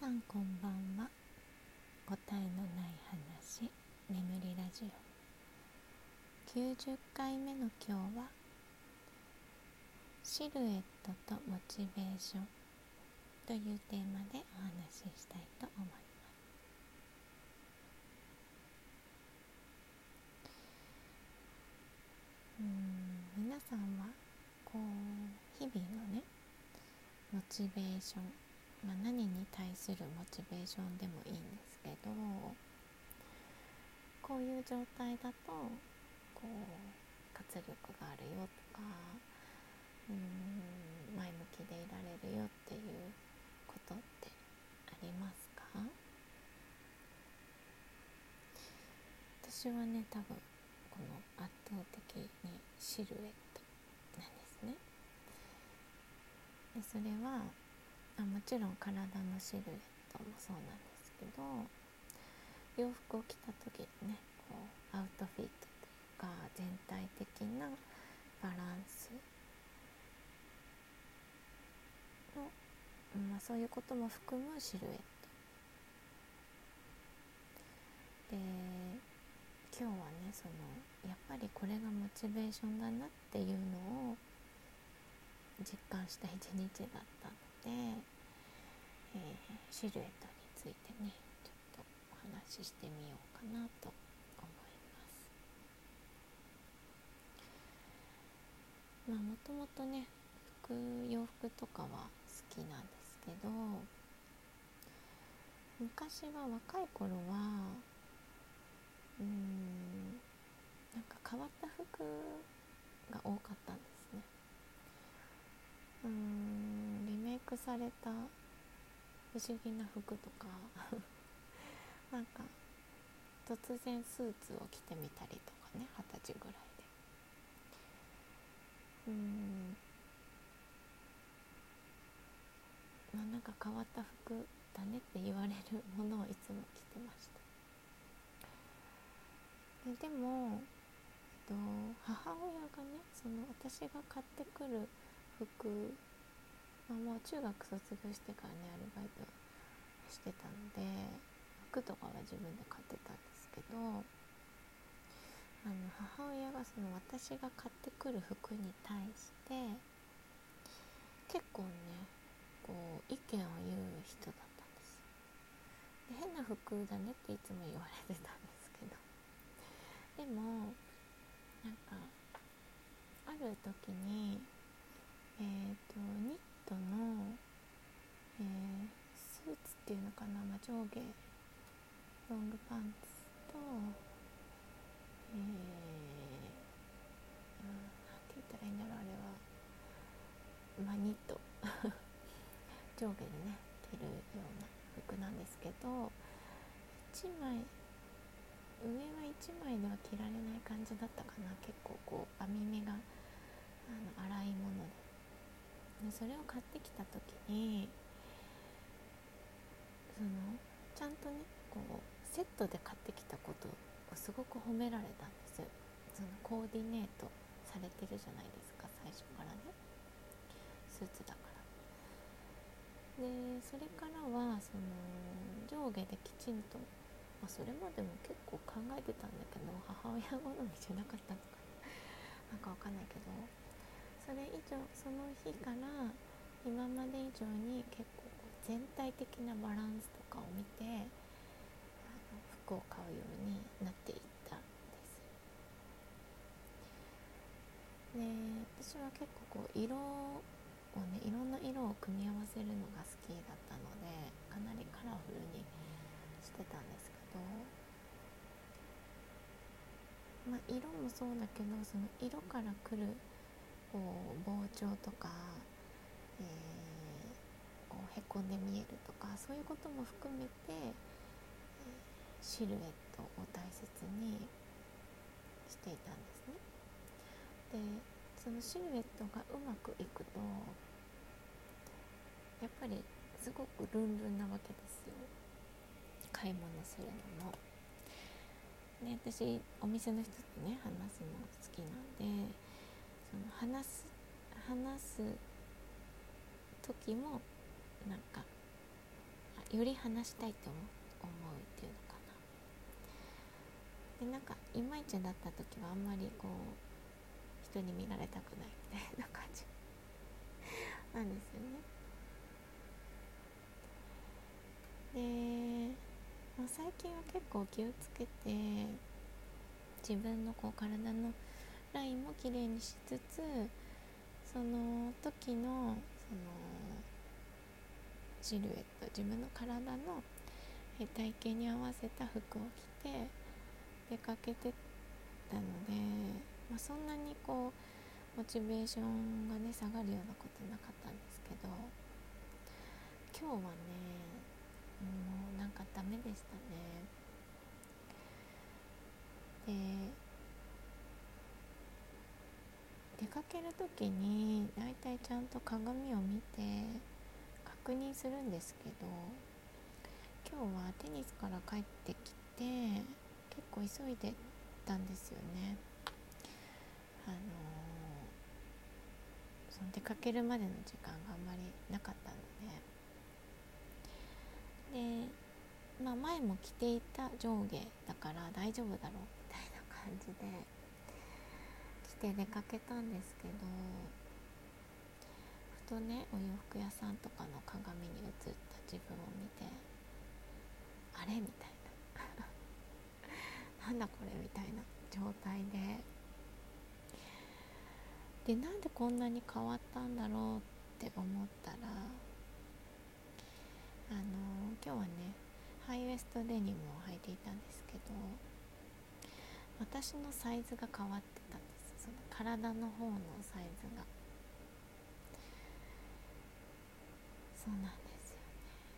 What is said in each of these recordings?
んこんばんは。答えのない話、眠りラジオ90回目の今日はシルエットとモチベーションというテーマでお話ししたいと思います。皆さんは日々のねモチベーション、何に対するモチベーションでもいいんですけど、こういう状態だと活力があるよとか、前向きでいられるよっていうことってありますか？私はね、多分この圧倒的にシルエットなんですね。でそれはもちろん体のシルエットもそうなんですけど、洋服を着た時にね、アウトフィットというか全体的なバランスの、そういうことも含むシルエットで、今日はねやっぱりこれがモチベーションだなっていうのを実感した一日だったので、シルエットについてねちょっとお話ししてみようかなと思います。もともとね洋服とかは好きなんですけど、昔は若い頃はなんか変わった服が多かったんですね。リメイクされた不思議な服とかなんか突然スーツを着てみたりとかね、20歳ぐらいでなんか変わった服だねって言われるものをいつも着てました。でも、母親がね私が買ってくる服、もう中学卒業してからねアルバイトしてたので服とかは自分で買ってたんですけど、母親が私が買ってくる服に対して結構ね意見を言う人だったんですよ。で変な服だねっていつも言われてたんですけど、でもなんかある時にニットの、スーツっていうのかな、上下ロングパンツと、なんて言ったらいいんだろう、あれはニット上下でね着るような服なんですけど、1枚上は1枚では着られない感じだったかな。結構編み目が粗いもので、それを買ってきた時にちゃんとねセットで買ってきたことをすごく褒められたんですよ。コーディネートされてるじゃないですか、最初からね、スーツだから。でそれからは上下できちんと、それまでも結構考えてたんだけど母親好みじゃなかったのかな、なんかわかんないけど、それ以上その日から今まで以上に結構全体的なバランスとかを見て服を買うようになっていったんです。で私は結構色をね、いろんな色を組み合わせるのが好きだったのでかなりカラフルにしてたんですけど、色もそうだけど色から来る膨張とか、へこんで見えるとかそういうことも含めて、シルエットを大切にしていたんですね。でそのシルエットがうまくいくとやっぱりすごくルンルンなわけですよ、買い物するのも。で私お店の人とね話すの好きなんで、話す時もなんかより話したいと思うっていうのかな。でなんかいまいちだった時はあんまりこう人に見られたくないみたいな感じなんですよね。で、最近は結構気をつけて自分のこう体のラインもきれいにしつつ、その時のそのシルエット、自分の体の体型に合わせた服を着て出かけてたので、そんなにこうモチベーションがね下がるようなことなかったんですけど、今日はねもうなんかダメでしたね。で出かける時にだいたいちゃんと鏡を見て確認するんですけど、今日はテニスから帰ってきて結構急いでたんですよね。その出かけるまでの時間があんまりなかったので、前も着ていた上下だから大丈夫だろうみたいな感じで着て出かけたんですけど、ふとねお洋服屋さんとかの鏡に映った自分を見て、あれみたいななんだこれみたいな状態でなんでこんなに変わったんだろうって思ったら、今日はねハイウエストデニムを履いていたんですけど、私のサイズが変わってたんです。その体の方のサイズが。そうなんですよ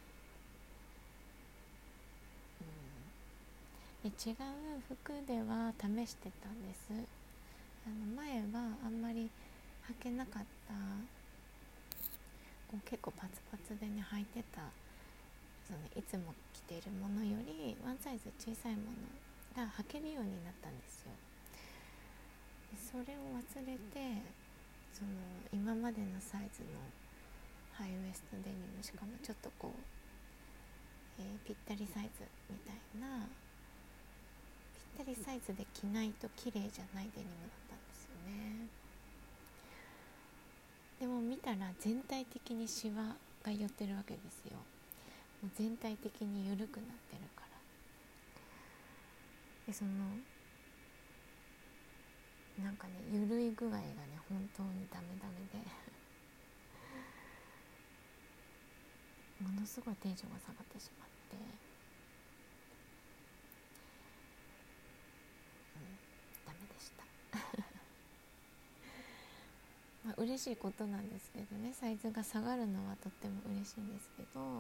ね。で違う服では試してたんです。前はあんまり履けなかったこう結構パツパツでね履いてた、そのいつも着ているものよりワンサイズ小さいものが履けるようになったんですよ。でそれを忘れて、その今までのサイズのハイウエストデニム、しかもちょっとこう、ぴったりサイズみたいな、ぴったりサイズで着ないと綺麗じゃないデニムだったんですよね。でも見たら全体的にシワが寄ってるわけですよ。もう全体的に緩くなってるから。でそのなんかね緩い具合がね本当にダメダメでものすごいテンションが下がってしまって、ダメでした。嬉しいことなんですけどね、サイズが下がるのはとっても嬉しいんですけど、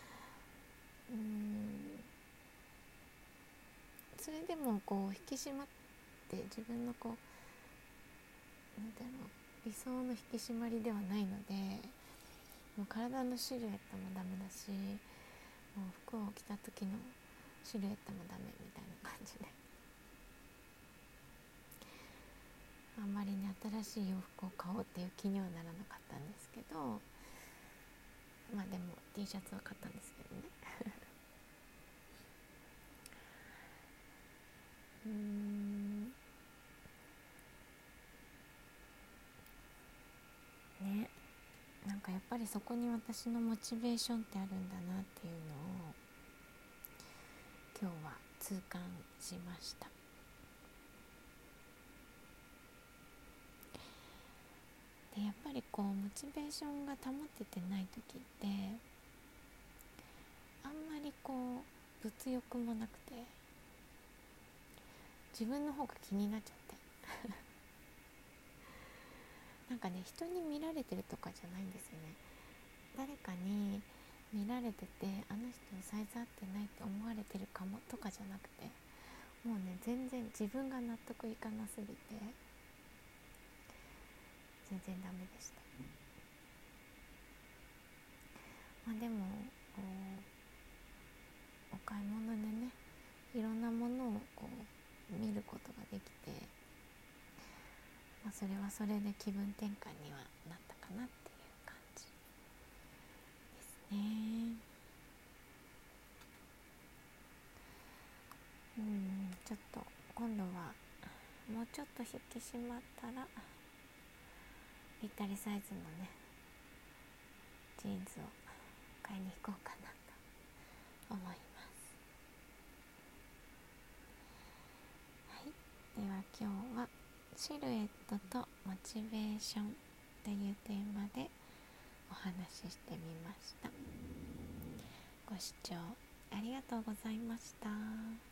それでもこう引き締まって自分のこうなんていうの理想の引き締まりではないので、もう体のシルエットもダメだし、もう服を着た時のシルエットもダメみたいな感じで、あんまりね新しい洋服を買おうっていう気にはならなかったんですけど、でも T シャツは買ったんですけどねね、なんかやっぱりそこに私のモチベーションってあるんだなっていうのを今日は痛感しました。でやっぱりこうモチベーションが保ててない時ってあんまりこう物欲もなくて自分の方が気になっちゃってなんかね人に見られてるとかじゃないんですよね。誰かに見られててあの人サイズ合ってないって思われてるかもとかじゃなくて、もうね全然自分が納得いかなすぎて全然ダメでした。でもこうお買い物でねいろんなものをこう見ることができて、それはそれで気分転換にはなったかなっていう感じですね。 もうちょっと引き締まったらぴったりサイズのねジーンズを買いに行こうかなと思います。はい、では今日はシルエットとモチベーションというテーマでお話ししてみました。ご視聴ありがとうございました。